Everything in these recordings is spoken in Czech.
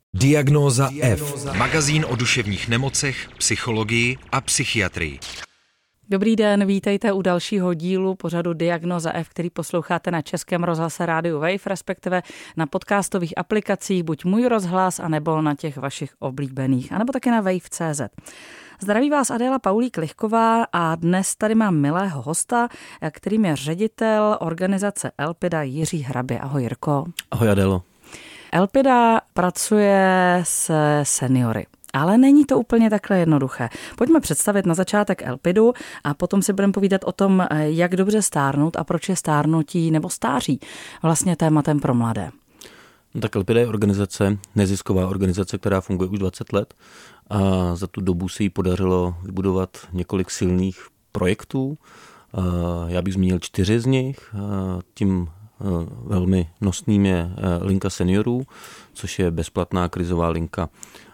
Diagnóza F. Magazín o duševních nemocech, psychologii a psychiatrii. Dobrý den, vítejte u dalšího dílu pořadu Diagnóza F, který posloucháte na Českém rozhlase Rádiu Wave, respektive na podcastových aplikacích, buď Můj rozhlas, anebo na těch vašich oblíbených, anebo také na wave.cz. Zdraví vás Adéla Paulík-Lichková a dnes tady mám milého hosta, kterým je ředitel organizace Elpida Jiří Hrabě. Ahoj Jirko. Ahoj Adélo. Elpida pracuje se seniory. Ale není to úplně takhle jednoduché. Pojďme představit na začátek Elpidu a potom si budeme povídat o tom, jak dobře stárnout a proč je stárnutí nebo stáří vlastně tématem pro mladé. No tak Elpida je organizace, nezisková organizace, která funguje už 20 let a za tu dobu se jí podařilo vybudovat několik silných projektů. Já bych zmínil 4 z nich. Tím velmi nosným je linka seniorů, což je bezplatná krizová linka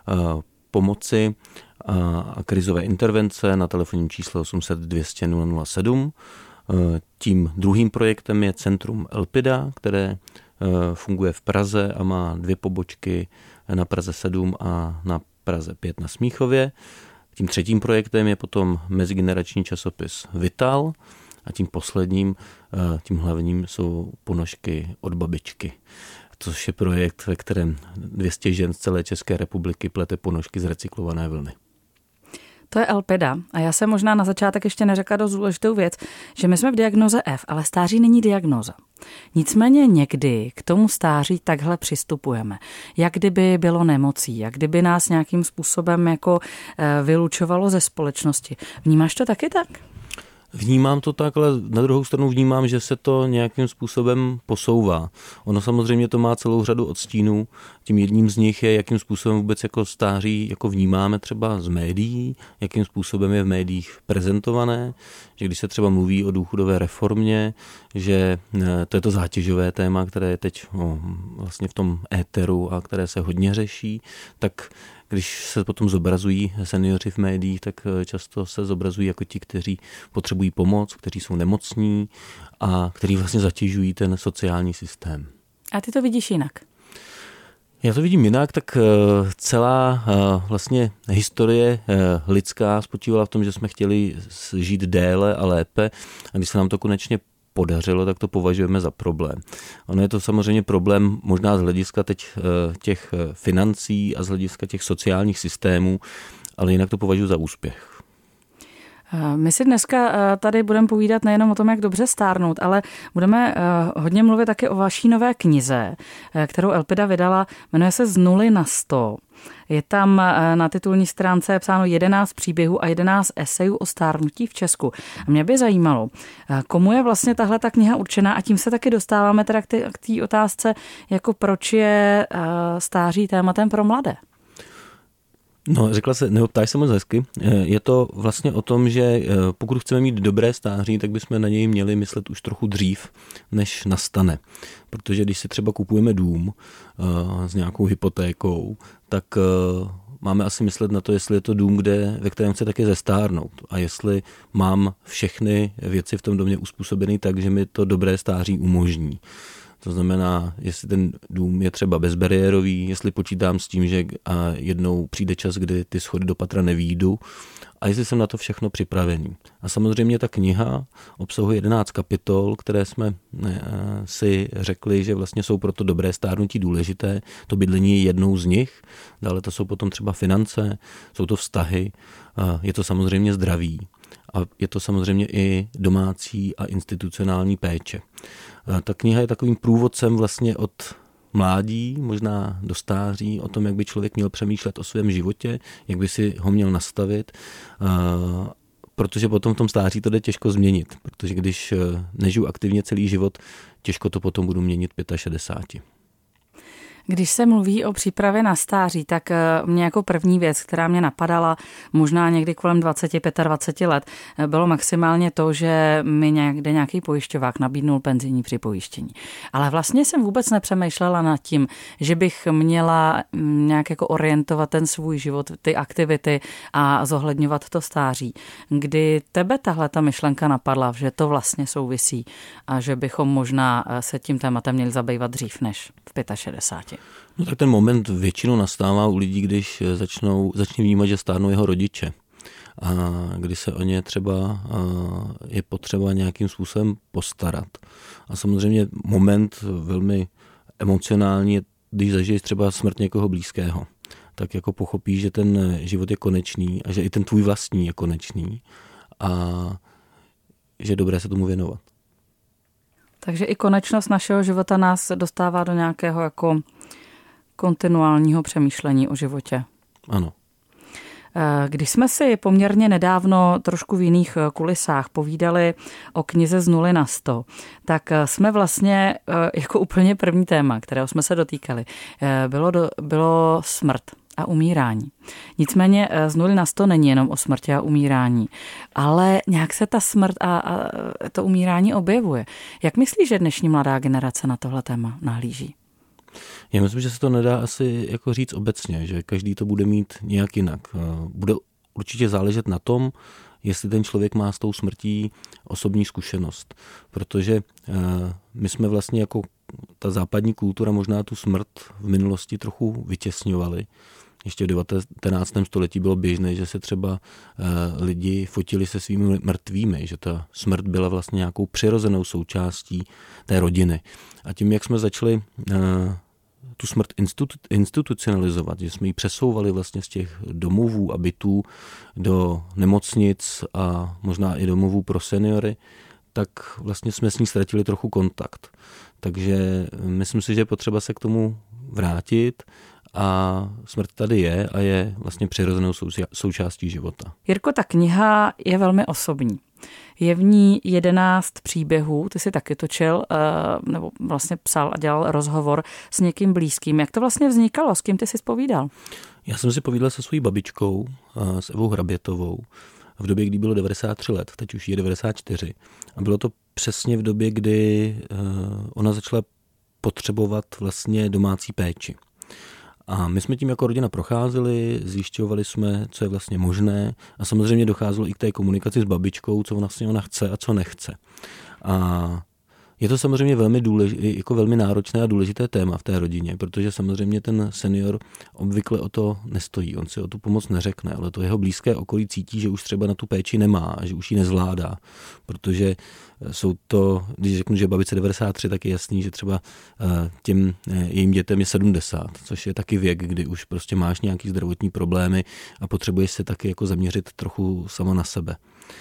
pomoci a krizové intervence na telefonním čísle 800 200 007. Tím druhým projektem je Centrum Elpida, které funguje v Praze a má 2 pobočky na Praze 7 a na Praze 5 na Smíchově. Tím třetím projektem je potom mezigenerační časopis Vital a tím posledním, tím hlavním jsou ponožky od babičky, což je projekt, ve kterém 200 žen z celé České republiky plete ponožky z recyklované vlny. To je Elpida a já jsem možná na začátek ještě neřekla dost důležitou věc, že my jsme v diagnoze F, ale stáří není diagnóza. Nicméně někdy k tomu stáří takhle přistupujeme. Jak kdyby bylo nemocí, jak kdyby nás nějakým způsobem jako vylučovalo ze společnosti. Vnímáš to taky tak? Vnímám to tak, ale na druhou stranu vnímám, že se to nějakým způsobem posouvá. Ono samozřejmě to má celou řadu odstínů. Tím jedním z nich je, jakým způsobem vůbec jako stáří jako vnímáme třeba z médií, jakým způsobem je v médiích prezentované, že když se třeba mluví o důchodové reformě, že to je to zátěžové téma, které je teď vlastně v tom éteru a které se hodně řeší, tak když se potom zobrazují seniori v médiích, tak často se zobrazují jako ti, kteří potřebují pomoc, kteří jsou nemocní a kteří vlastně zatěžují ten sociální systém. A ty to vidíš jinak? Já to vidím jinak, tak celá vlastně historie lidská spočívala v tom, že jsme chtěli žít déle a lépe a když se nám to konečně podařilo, tak to považujeme za problém. Ono je to samozřejmě problém možná z hlediska teď těch financí a z hlediska těch sociálních systémů, ale jinak to považuji za úspěch. My si dneska tady budeme povídat nejenom o tom, jak dobře stárnout, ale budeme hodně mluvit taky o vaší nové knize, kterou Elpida vydala, jmenuje se Z nuly na 100. Je tam na titulní stránce psáno 11 příběhů a 11 esejů o stárnutí v Česku. A mě by zajímalo, komu je vlastně tahle ta kniha určená a tím se taky dostáváme teda k té otázce, jako proč je stáří tématem pro mladé. No, řekla se, neoptáš se moc hezky. Je to vlastně o tom, že pokud chceme mít dobré stáří, tak bychom na něj měli myslet už trochu dřív, než nastane. Protože když si třeba kupujeme dům s nějakou hypotékou, tak máme asi myslet na to, jestli je to dům, ve kterém chce také zestárnout. A jestli mám všechny věci v tom domě uspůsobený tak, že mi to dobré stáří umožní. To znamená, jestli ten dům je třeba bezbariérový, jestli počítám s tím, že jednou přijde čas, kdy ty schody do patra nevyjdu a jestli jsem na to všechno připravený. A samozřejmě ta kniha obsahuje 11 kapitol, které jsme si řekli, že vlastně jsou pro to dobré stárnutí důležité. To bydlení je jednou z nich, dále to jsou potom třeba finance, jsou to vztahy, je to samozřejmě zdraví. A je to samozřejmě i domácí a institucionální péče. Ta kniha je takovým průvodcem vlastně od mládí, možná do stáří, o tom, jak by člověk měl přemýšlet o svém životě, jak by si ho měl nastavit, protože potom v tom stáří to jde těžko změnit, protože když nežiju aktivně celý život, těžko to potom budu měnit 65. Když se mluví o přípravě na stáří, tak mě jako první věc, která mě napadala možná někdy kolem 20-25 let, bylo maximálně to, že mi někde nějaký pojišťovák nabídnul penzijní připojištění. Ale vlastně jsem vůbec nepřemýšlela nad tím, že bych měla nějak jako orientovat ten svůj život, ty aktivity a zohledňovat to stáří. Kdy tebe tahle ta myšlenka napadla, že to vlastně souvisí a že bychom možná se tím tématem měli zabývat dřív než v 65? minulosti? No tak ten moment většinou nastává u lidí, když začne vnímat, že stárnou jeho rodiče. A kdy se o ně třeba je potřeba nějakým způsobem postarat. A samozřejmě moment velmi emocionální je, když zažiješ třeba smrt někoho blízkého. Tak jako pochopíš, že ten život je konečný a že i ten tvůj vlastní je konečný a že je dobré se tomu věnovat. Takže i konečnost našeho života nás dostává do nějakého jako kontinuálního přemýšlení o životě. Ano. Když jsme si poměrně nedávno trošku v jiných kulisách povídali o knize Z 0 na 100, tak jsme vlastně jako úplně první téma, kterého jsme se dotýkali, bylo smrt a umírání. Nicméně Z 0 na 100 není jenom o smrti a umírání, ale nějak se ta smrt a to umírání objevuje. Jak myslíš, že dnešní mladá generace na tohle téma nahlíží? Já myslím, že se to nedá asi jako říct obecně, že každý to bude mít nějak jinak. Bude určitě záležet na tom, jestli ten člověk má s tou smrtí osobní zkušenost. Protože my jsme vlastně jako ta západní kultura možná tu smrt v minulosti trochu vytěsňovali. Ještě v 19. století bylo běžné, že se třeba lidi fotili se svými mrtvými, že ta smrt byla vlastně nějakou přirozenou součástí té rodiny. A tím, jak jsme začali tu smrt institucionalizovat, že jsme ji přesouvali vlastně z těch domovů a bytů do nemocnic a možná i domovů pro seniory, tak vlastně jsme s ní ztratili trochu kontakt. Takže myslím si, že je potřeba se k tomu vrátit a smrt tady je a je vlastně přirozenou součástí života. Jirko, ta kniha je velmi osobní. Je v ní 11 příběhů, ty jsi taky točil, nebo vlastně psal a dělal rozhovor s někým blízkým. Jak to vlastně vznikalo? S kým ty jsi povídal? Já jsem si povídal se svojí babičkou, s Evou Hrabětovou, v době, kdy bylo 93 let, teď už je 94. A bylo to přesně v době, kdy ona začala potřebovat vlastně domácí péči. A my jsme tím jako rodina procházeli, zjišťovali jsme, co je vlastně možné a samozřejmě docházelo i k té komunikaci s babičkou, co vlastně ona chce a co nechce. A je to samozřejmě velmi náročné a důležité téma v té rodině, protože samozřejmě ten senior obvykle o to nestojí, on si o tu pomoc neřekne, ale to jeho blízké okolí cítí, že už třeba na tu péči nemá, že už ji nezvládá, protože jsou to, když řeknu, že babice 93, tak je jasný, že třeba těm jejím dětem je 70, což je taky věk, kdy už prostě máš nějaký zdravotní problémy a potřebuješ se taky jako zaměřit trochu sama na sebe.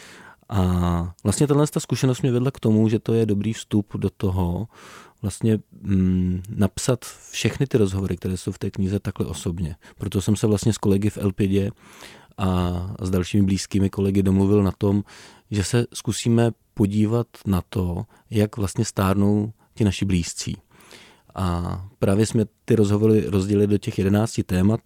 A vlastně ta zkušenost mě vedla k tomu, že to je dobrý vstup do toho, vlastně napsat všechny ty rozhovory, které jsou v té knize takhle osobně. Proto jsem se vlastně s kolegy v Elpidě a s dalšími blízkými kolegy domluvil na tom, že se zkusíme podívat na to, jak vlastně stárnou ti naši blízcí. A právě jsme ty rozhovory rozdělili do těch 11 témat,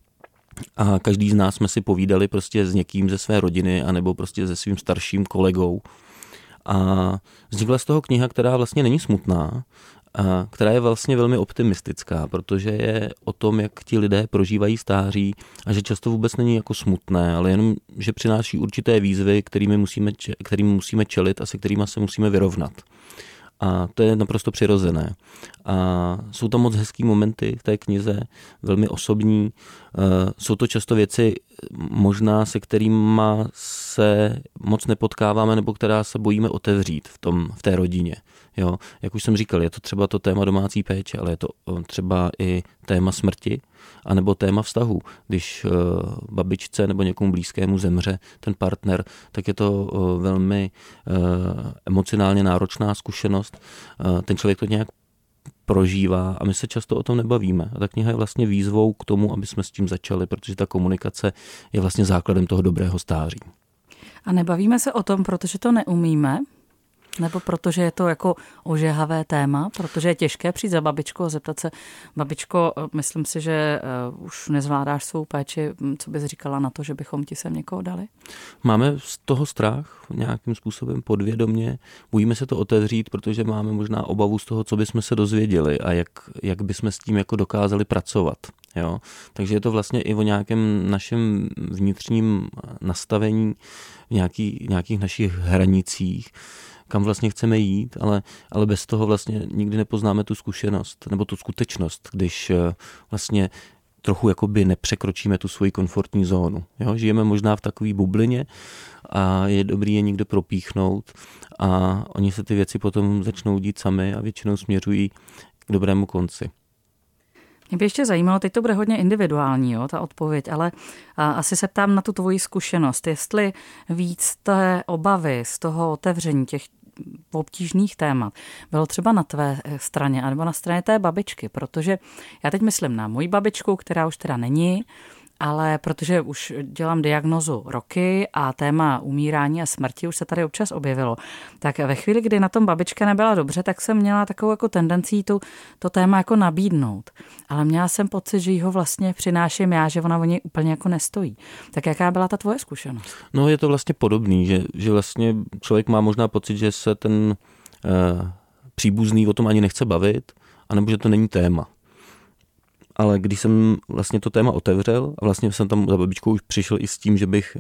a každý z nás jsme si povídali prostě s někým ze své rodiny anebo prostě se svým starším kolegou. A vznikla z toho kniha, která vlastně není smutná, a která je vlastně velmi optimistická, protože je o tom, jak ti lidé prožívají stáří a že často vůbec není jako smutné, ale jenom, že přináší určité výzvy, kterými musíme čelit a se kterými se musíme vyrovnat. A to je naprosto přirozené. A jsou to moc hezký momenty v té knize, velmi osobní. Jsou to často věci, možná se kterými se moc nepotkáváme, nebo která se bojíme otevřít v té rodině. Jo? Jak už jsem říkal, je to třeba to téma domácí péče, ale je to třeba i téma smrti, anebo téma vztahu. Když babičce nebo někomu blízkému zemře ten partner, tak je to velmi emocionálně náročná zkušenost. Ten člověk to nějak prožívá a my se často o tom nebavíme. A ta kniha je vlastně výzvou k tomu, aby jsme s tím začali, protože ta komunikace je vlastně základem toho dobrého stáří. A nebavíme se o tom, protože to neumíme? Nebo protože je to jako ožehavé téma, protože je těžké přijít za babičkou a zeptat se, babičko, myslím si, že už nezvládáš svou péči, co bys říkala na to, že bychom ti sem někoho dali? Máme z toho strach nějakým způsobem podvědomě, bojíme se to otevřít, protože máme možná obavu z toho, co bychom se dozvěděli a jak bychom s tím jako dokázali pracovat. Jo? Takže je to vlastně i o nějakém našem vnitřním nastavení, nějakých našich hranicích, kam vlastně chceme jít, ale bez toho vlastně nikdy nepoznáme tu zkušenost nebo tu skutečnost, když vlastně trochu jakoby nepřekročíme tu svoji komfortní zónu. Jo? Žijeme možná v takové bublině a je dobrý je někde propíchnout a oni se ty věci potom začnou dít sami a většinou směřují k dobrému konci. Mě by ještě zajímalo, teď to bude hodně individuální, jo, ta odpověď, ale asi se ptám na tu tvoji zkušenost, jestli víc té obavy z toho otevření těch obtížných témat bylo třeba na tvé straně anebo na straně té babičky, protože já teď myslím na moji babičku, která už teda není, ale protože už dělám diagnozu roky a téma umírání a smrti už se tady občas objevilo, tak ve chvíli, kdy na tom babička nebyla dobře, tak jsem měla takovou jako tendencí to téma jako nabídnout. Ale měla jsem pocit, že jí ho vlastně přináším já, že ona o něj úplně jako nestojí. Tak jaká byla ta tvoje zkušenost? No je to vlastně podobný, že vlastně člověk má možná pocit, že se ten příbuzný o tom ani nechce bavit, anebo že to není téma. Ale když jsem vlastně to téma otevřel a vlastně jsem tam za babičkou už přišel i s tím, že bych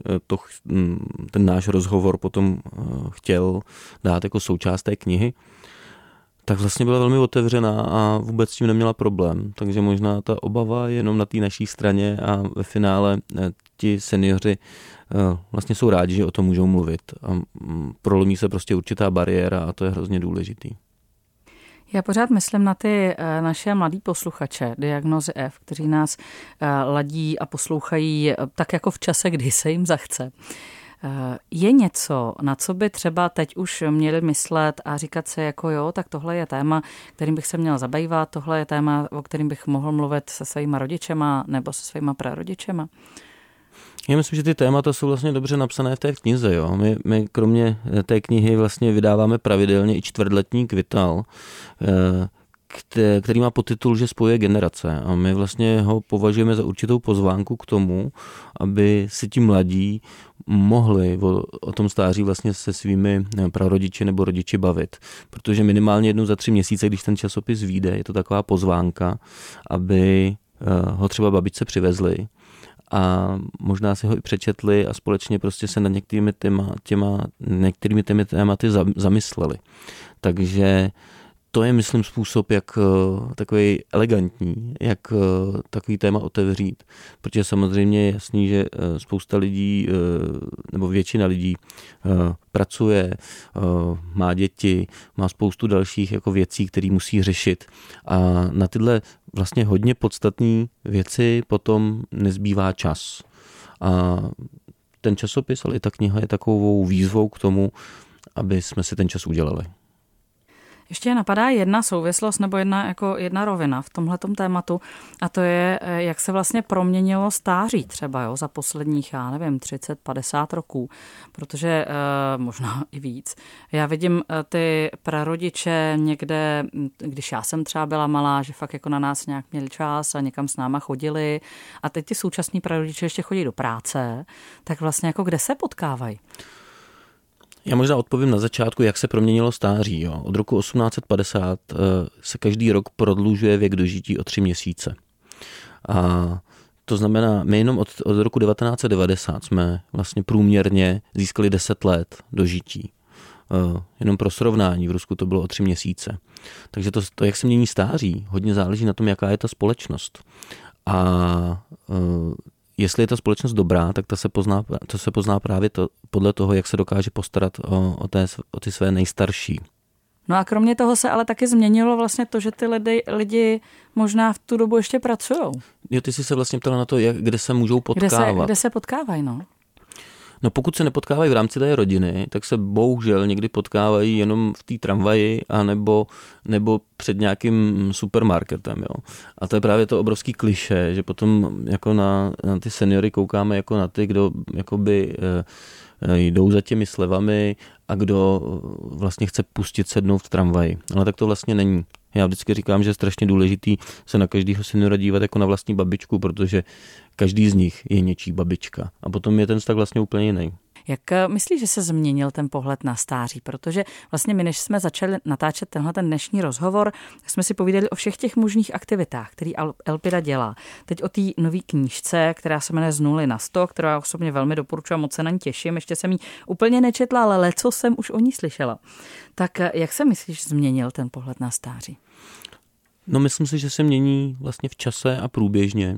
ten náš rozhovor potom chtěl dát jako součást té knihy, tak vlastně byla velmi otevřená a vůbec s tím neměla problém. Takže možná ta obava je jenom na té naší straně a ve finále ti seniori vlastně jsou rádi, že o tom můžou mluvit. A prolomí se prostě určitá bariéra a to je hrozně důležitý. Já pořád myslím na ty naše mladý posluchače Diagnózy F, kteří nás ladí a poslouchají tak jako v čase, kdy se jim zachce. Je něco, na co by třeba teď už měli myslet a říkat si jako jo, tak tohle je téma, kterým bych se měl zabývat, tohle je téma, o kterým bych mohl mluvit se svýma rodičema nebo se svýma prarodičema? Já myslím, že ty témata jsou vlastně dobře napsané v té knize. Jo? My kromě té knihy vlastně vydáváme pravidelně i čtvrtletní Kvital, který má podtitul, že spojuje generace. A my vlastně ho považujeme za určitou pozvánku k tomu, aby si ti mladí mohli o tom stáří vlastně se svými prarodiči nebo rodiči bavit. Protože minimálně jednou za 3 měsíce, když ten časopis vyjde, je to taková pozvánka, aby ho třeba babičce přivezli a možná si ho i přečetli a společně prostě se nad některými těmi tématy zamysleli. Takže to je, myslím, způsob, jak takový elegantní, jak takový téma otevřít. Protože samozřejmě je jasný, že spousta lidí, nebo většina lidí pracuje, má děti, má spoustu dalších jako věcí, které musí řešit. A na tyhle vlastně hodně podstatné věci potom nezbývá čas. A ten časopis, ale i ta kniha je takovou výzvou k tomu, aby jsme si ten čas udělali. Ještě napadá jedna souvislost nebo jedna rovina v tomhletom tématu a to je, jak se vlastně proměnilo stáří třeba za posledních, 30-50 roků, protože možná i víc. Já vidím ty prarodiče někde, když já jsem třeba byla malá, že fakt jako na nás nějak měli čas a někam s náma chodili a teď ty současní prarodiče ještě chodí do práce, tak vlastně jako kde se potkávají? Já možná odpovím na začátku, jak se proměnilo stáří. Jo. Od roku 1850 se každý rok prodlužuje věk dožití o 3 měsíce. A to znamená, my jenom od roku 1990 jsme vlastně průměrně získali 10 let dožití. Jenom pro srovnání, v Rusku to bylo o 3 měsíce. Takže to, jak se mění stáří, hodně záleží na tom, jaká je ta společnost. A jestli je ta společnost dobrá, tak to se pozná právě podle toho, jak se dokáže postarat o ty své nejstarší. No a kromě toho se ale taky změnilo vlastně to, že ty lidi možná v tu dobu ještě pracujou. Jo, ty jsi se vlastně ptala na to, kde se můžou potkávat. Kde se potkávají, no? No pokud se nepotkávají v rámci té rodiny, tak se bohužel někdy potkávají jenom v té tramvaji nebo před nějakým supermarketem. Jo. A to je právě to obrovský klišé, že potom jako na ty seniory koukáme jako na ty, kdo jakoby jdou za těmi slevami a kdo vlastně chce pustit sednout v tramvaji. Ale tak to vlastně není. Já vždycky říkám, že je strašně důležitý se na každého seniora dívat jako na vlastní babičku, protože každý z nich je něčí babička. A potom je ten vztah vlastně úplně jiný. Jak myslíš, že se změnil ten pohled na stáří? Protože vlastně my, než jsme začali natáčet ten dnešní rozhovor, tak jsme si povídali o všech těch možných aktivitách, který Elpida dělá. Teď o té nové knížce, která se jmenuje Z 0 na 100, kterou já osobně velmi doporučuji a moc se na ní těším. Ještě jsem ji úplně nečetla, ale leco jsem už o ní slyšela. Tak jak se myslíš, změnil ten pohled na stáří? No, myslím si, že se mění vlastně v čase a průběžně,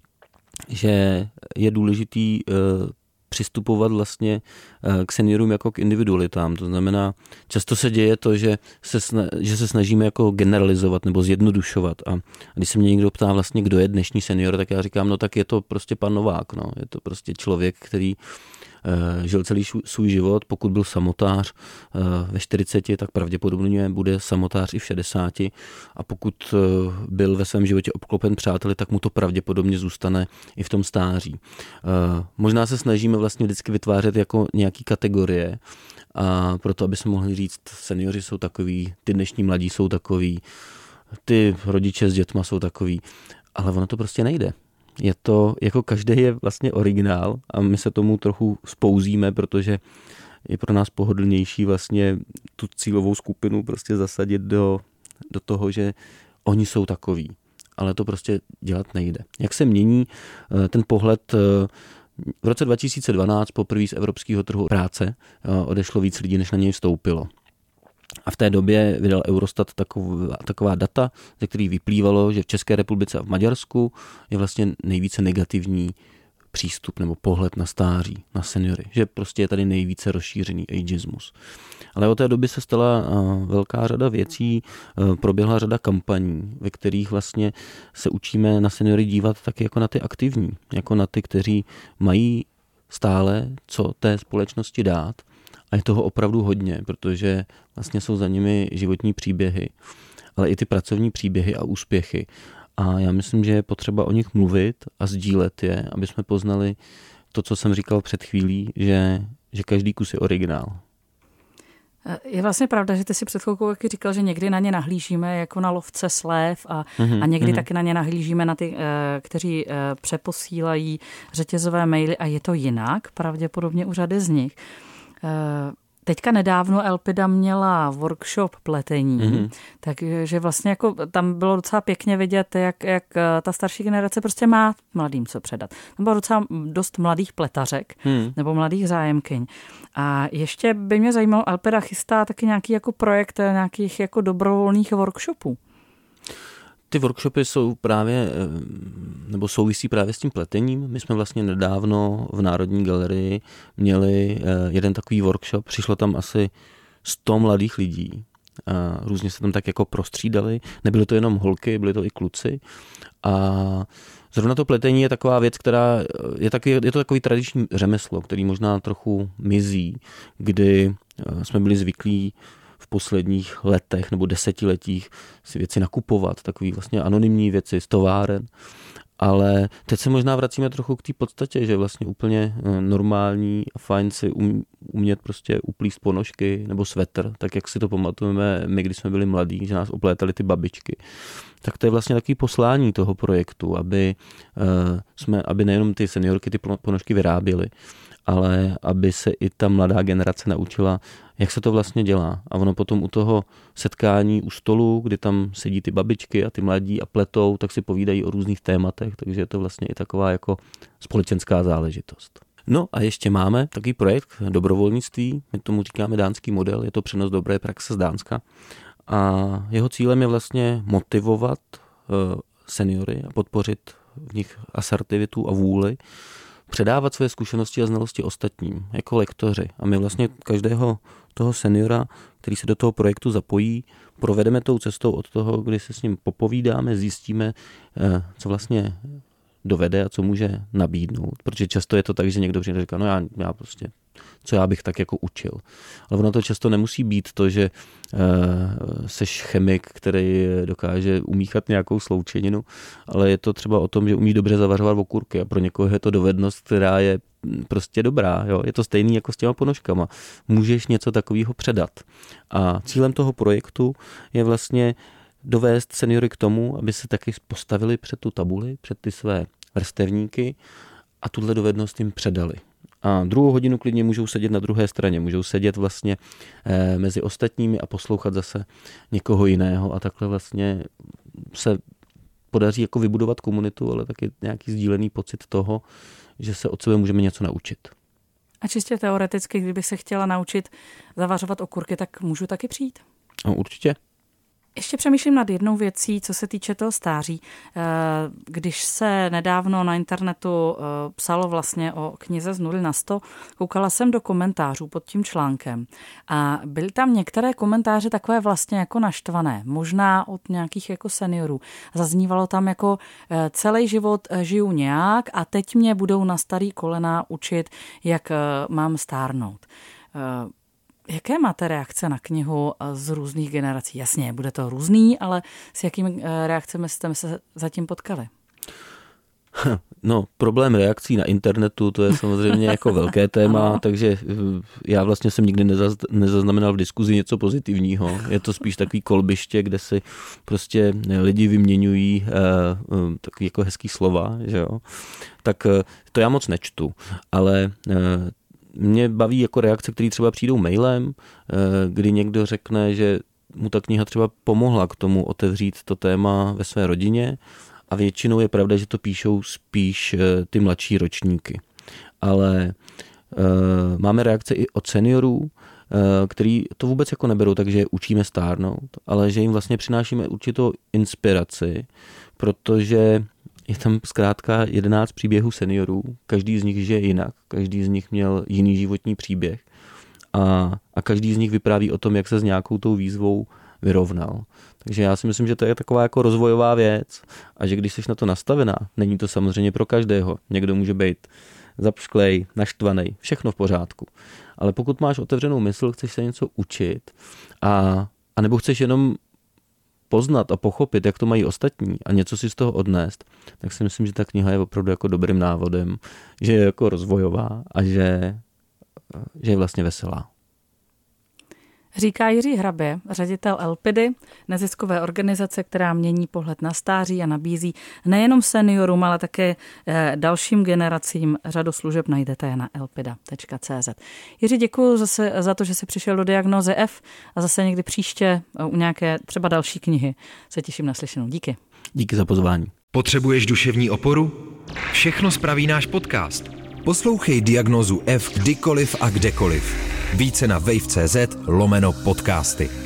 že je důležitý přistupovat vlastně k seniorům jako k individualitám. To znamená, často se děje to, že se snažíme jako generalizovat nebo zjednodušovat. A když se mě někdo ptá vlastně, kdo je dnešní senior, tak já říkám, no tak je to prostě pan Novák. No. Je to prostě člověk, který žil celý svůj život, pokud byl samotář ve 40, tak pravděpodobně bude samotář i v 60 a pokud byl ve svém životě obklopen přáteli, tak mu to pravděpodobně zůstane i v tom stáří. Možná se snažíme vlastně vždycky vytvářet jako nějaký kategorie a proto, aby jsme mohli říct, seniori jsou takový, ty dnešní mladí jsou takový, ty rodiče s dětma jsou takový, ale ono to prostě nejde. Je to, jako každý je vlastně originál a my se tomu trochu spouzíme, protože je pro nás pohodlnější vlastně tu cílovou skupinu prostě zasadit do toho, že oni jsou takový. Ale to prostě dělat nejde. Jak se mění ten pohled? V roce 2012 poprvé z evropského trhu práce odešlo víc lidí, než na něj vstoupilo. A v té době vydal Eurostat taková data, ze kterých vyplývalo, že v České republice a v Maďarsku je vlastně nejvíce negativní přístup nebo pohled na stáří, na seniory. Že prostě je tady nejvíce rozšířený ageismus. Ale od té doby se stala velká řada věcí, proběhla řada kampaní, ve kterých vlastně se učíme na seniory dívat taky jako na ty aktivní, jako na ty, kteří mají stále co té společnosti dát. A je toho opravdu hodně, protože vlastně jsou za nimi životní příběhy, ale i ty pracovní příběhy a úspěchy. A já myslím, že je potřeba o nich mluvit a sdílet je, aby jsme poznali to, co jsem říkal před chvílí, že každý kus je originál. Je vlastně pravda, že ty si před chvilkou taky říkal, že někdy na ně nahlížíme jako na lovce slév a někdy taky na ně nahlížíme na ty, kteří přeposílají řetězové maily a je to jinak, pravděpodobně u řady z nich. Teďka nedávno Elpida měla workshop pletení, takže vlastně jako tam bylo docela pěkně vidět, jak ta starší generace prostě má mladým co předat. Tam bylo docela dost mladých pletařek nebo mladých zájemkyň. A ještě by mě zajímalo, Elpida chystá taky nějaký jako projekt nějakých jako dobrovolných workshopů. Ty workshopy jsou právě, nebo souvisí právě s tím pletením. My jsme vlastně nedávno v Národní galerii měli jeden takový workshop. Přišlo tam asi 100 mladých lidí. Různě se tam tak jako prostřídali. Nebyly to jenom holky, byly to i kluci. A zrovna to pletení je taková věc, která je to takový tradiční řemeslo, který možná trochu mizí, kdy jsme byli zvyklí v posledních letech nebo desetiletích si věci nakupovat, takový vlastně anonymní věci z továren. Ale teď se možná vracíme trochu k té podstatě, že vlastně úplně normální a fajn si umět prostě uplíst ponožky nebo svetr, tak jak si to pamatujeme my, když jsme byli mladí, že nás oplétaly ty babičky. Tak to je vlastně takový poslání toho projektu, aby nejenom ty seniorky ty ponožky vyráběly, ale aby se i ta mladá generace naučila, jak se to vlastně dělá. A ono potom u toho setkání u stolu, kdy tam sedí ty babičky a ty mladí a pletou, tak si povídají o různých tématech, takže je to vlastně i taková jako společenská záležitost. No a ještě máme takový projekt dobrovolnictví, my tomu říkáme dánský model, je to přenos dobré praxe z Dánska. A jeho cílem je vlastně motivovat seniory a podpořit v nich asertivitu a vůli, předávat své zkušenosti a znalosti ostatním, jako lektoři. A my vlastně každého toho seniora, který se do toho projektu zapojí, provedeme tou cestou od toho, kdy se s ním popovídáme, zjistíme, co vlastně dovede a co může nabídnout. Protože často je to tak, že někdo přijde a říká, no já prostě, co já bych tak jako učil. Ale ono to často nemusí být to, že seš chemik, který dokáže umíchat nějakou sloučeninu, ale je to třeba o tom, že umí dobře zavařovat okurky a pro někoho je to dovednost, která je prostě dobrá. Jo? Je to stejný jako s těma ponožkama. Můžeš něco takového předat. A cílem toho projektu je vlastně dovést seniory k tomu, aby se taky postavili před tu tabuli, před ty své vrstevníky a tuhle dovednost jim předali. a druhou hodinu klidně můžou sedět na druhé straně, můžou sedět vlastně mezi ostatními a poslouchat zase někoho jiného a takhle vlastně se podaří jako vybudovat komunitu, ale taky nějaký sdílený pocit toho, že se od sebe můžeme něco naučit. A čistě teoreticky, kdybych se chtěla naučit zavařovat okurky, tak můžu taky přijít? No, určitě. Ještě přemýšlím nad jednou věcí, co se týče toho stáří. Když se nedávno na internetu psalo vlastně o knize z 0 na 100, koukala jsem do komentářů pod tím článkem a byly tam některé komentáře takové vlastně jako naštvané, možná od nějakých jako seniorů. Zaznívalo tam jako celý život žiju nějak a teď mě budou na starý kolena učit, jak mám stárnout. Jaké máte reakce na knihu z různých generací? Jasně, bude to různý, ale s jakými reakcemi jste se zatím potkali? No, problém reakcí na internetu, to je samozřejmě jako velké téma, takže já vlastně jsem nikdy nezaznamenal v diskuzi něco pozitivního. Je to spíš takový kolbiště, kde si prostě lidi vyměňují takový jako hezký slova, že jo. Tak to já moc nečtu, ale mě baví jako reakce, které třeba přijdou mailem, kdy někdo řekne, že mu ta kniha třeba pomohla k tomu otevřít to téma ve své rodině a většinou je pravda, že to píšou spíš ty mladší ročníky. Ale máme reakce i od seniorů, který to vůbec jako neberou, takže je učíme stárnout, ale že jim vlastně přinášíme určitou inspiraci, protože je tam zkrátka 11 příběhů seniorů, každý z nich žije jinak, každý z nich měl jiný životní příběh a každý z nich vypráví o tom, jak se s nějakou tou výzvou vyrovnal. Takže já si myslím, že to je taková jako rozvojová věc a že když jsi na to nastavená, není to samozřejmě pro každého. Někdo může být zapšklej, naštvaný, všechno v pořádku. Ale pokud máš otevřenou mysl, chceš se něco učit a nebo chceš jenom poznat a pochopit, jak to mají ostatní a něco si z toho odnést, tak si myslím, že ta kniha je opravdu jako dobrým návodem, že je jako rozvojová a že je vlastně veselá. Říká Jiří Hrabě, ředitel Elpidy, neziskové organizace, která mění pohled na stáří a nabízí nejenom seniorům, ale také dalším generacím. Řadu služeb najdete na elpida.cz. Jiří, děkuji za to, že jsi přišel do Diagnózy F a zase někdy příště u nějaké třeba další knihy. Se těším na slyšenou. Díky. Díky za pozvání. Potřebuješ duševní oporu? Všechno spraví náš podcast. Poslouchej Diagnózu F kdykoliv a kdekoliv. Více na wave.cz/podcasty.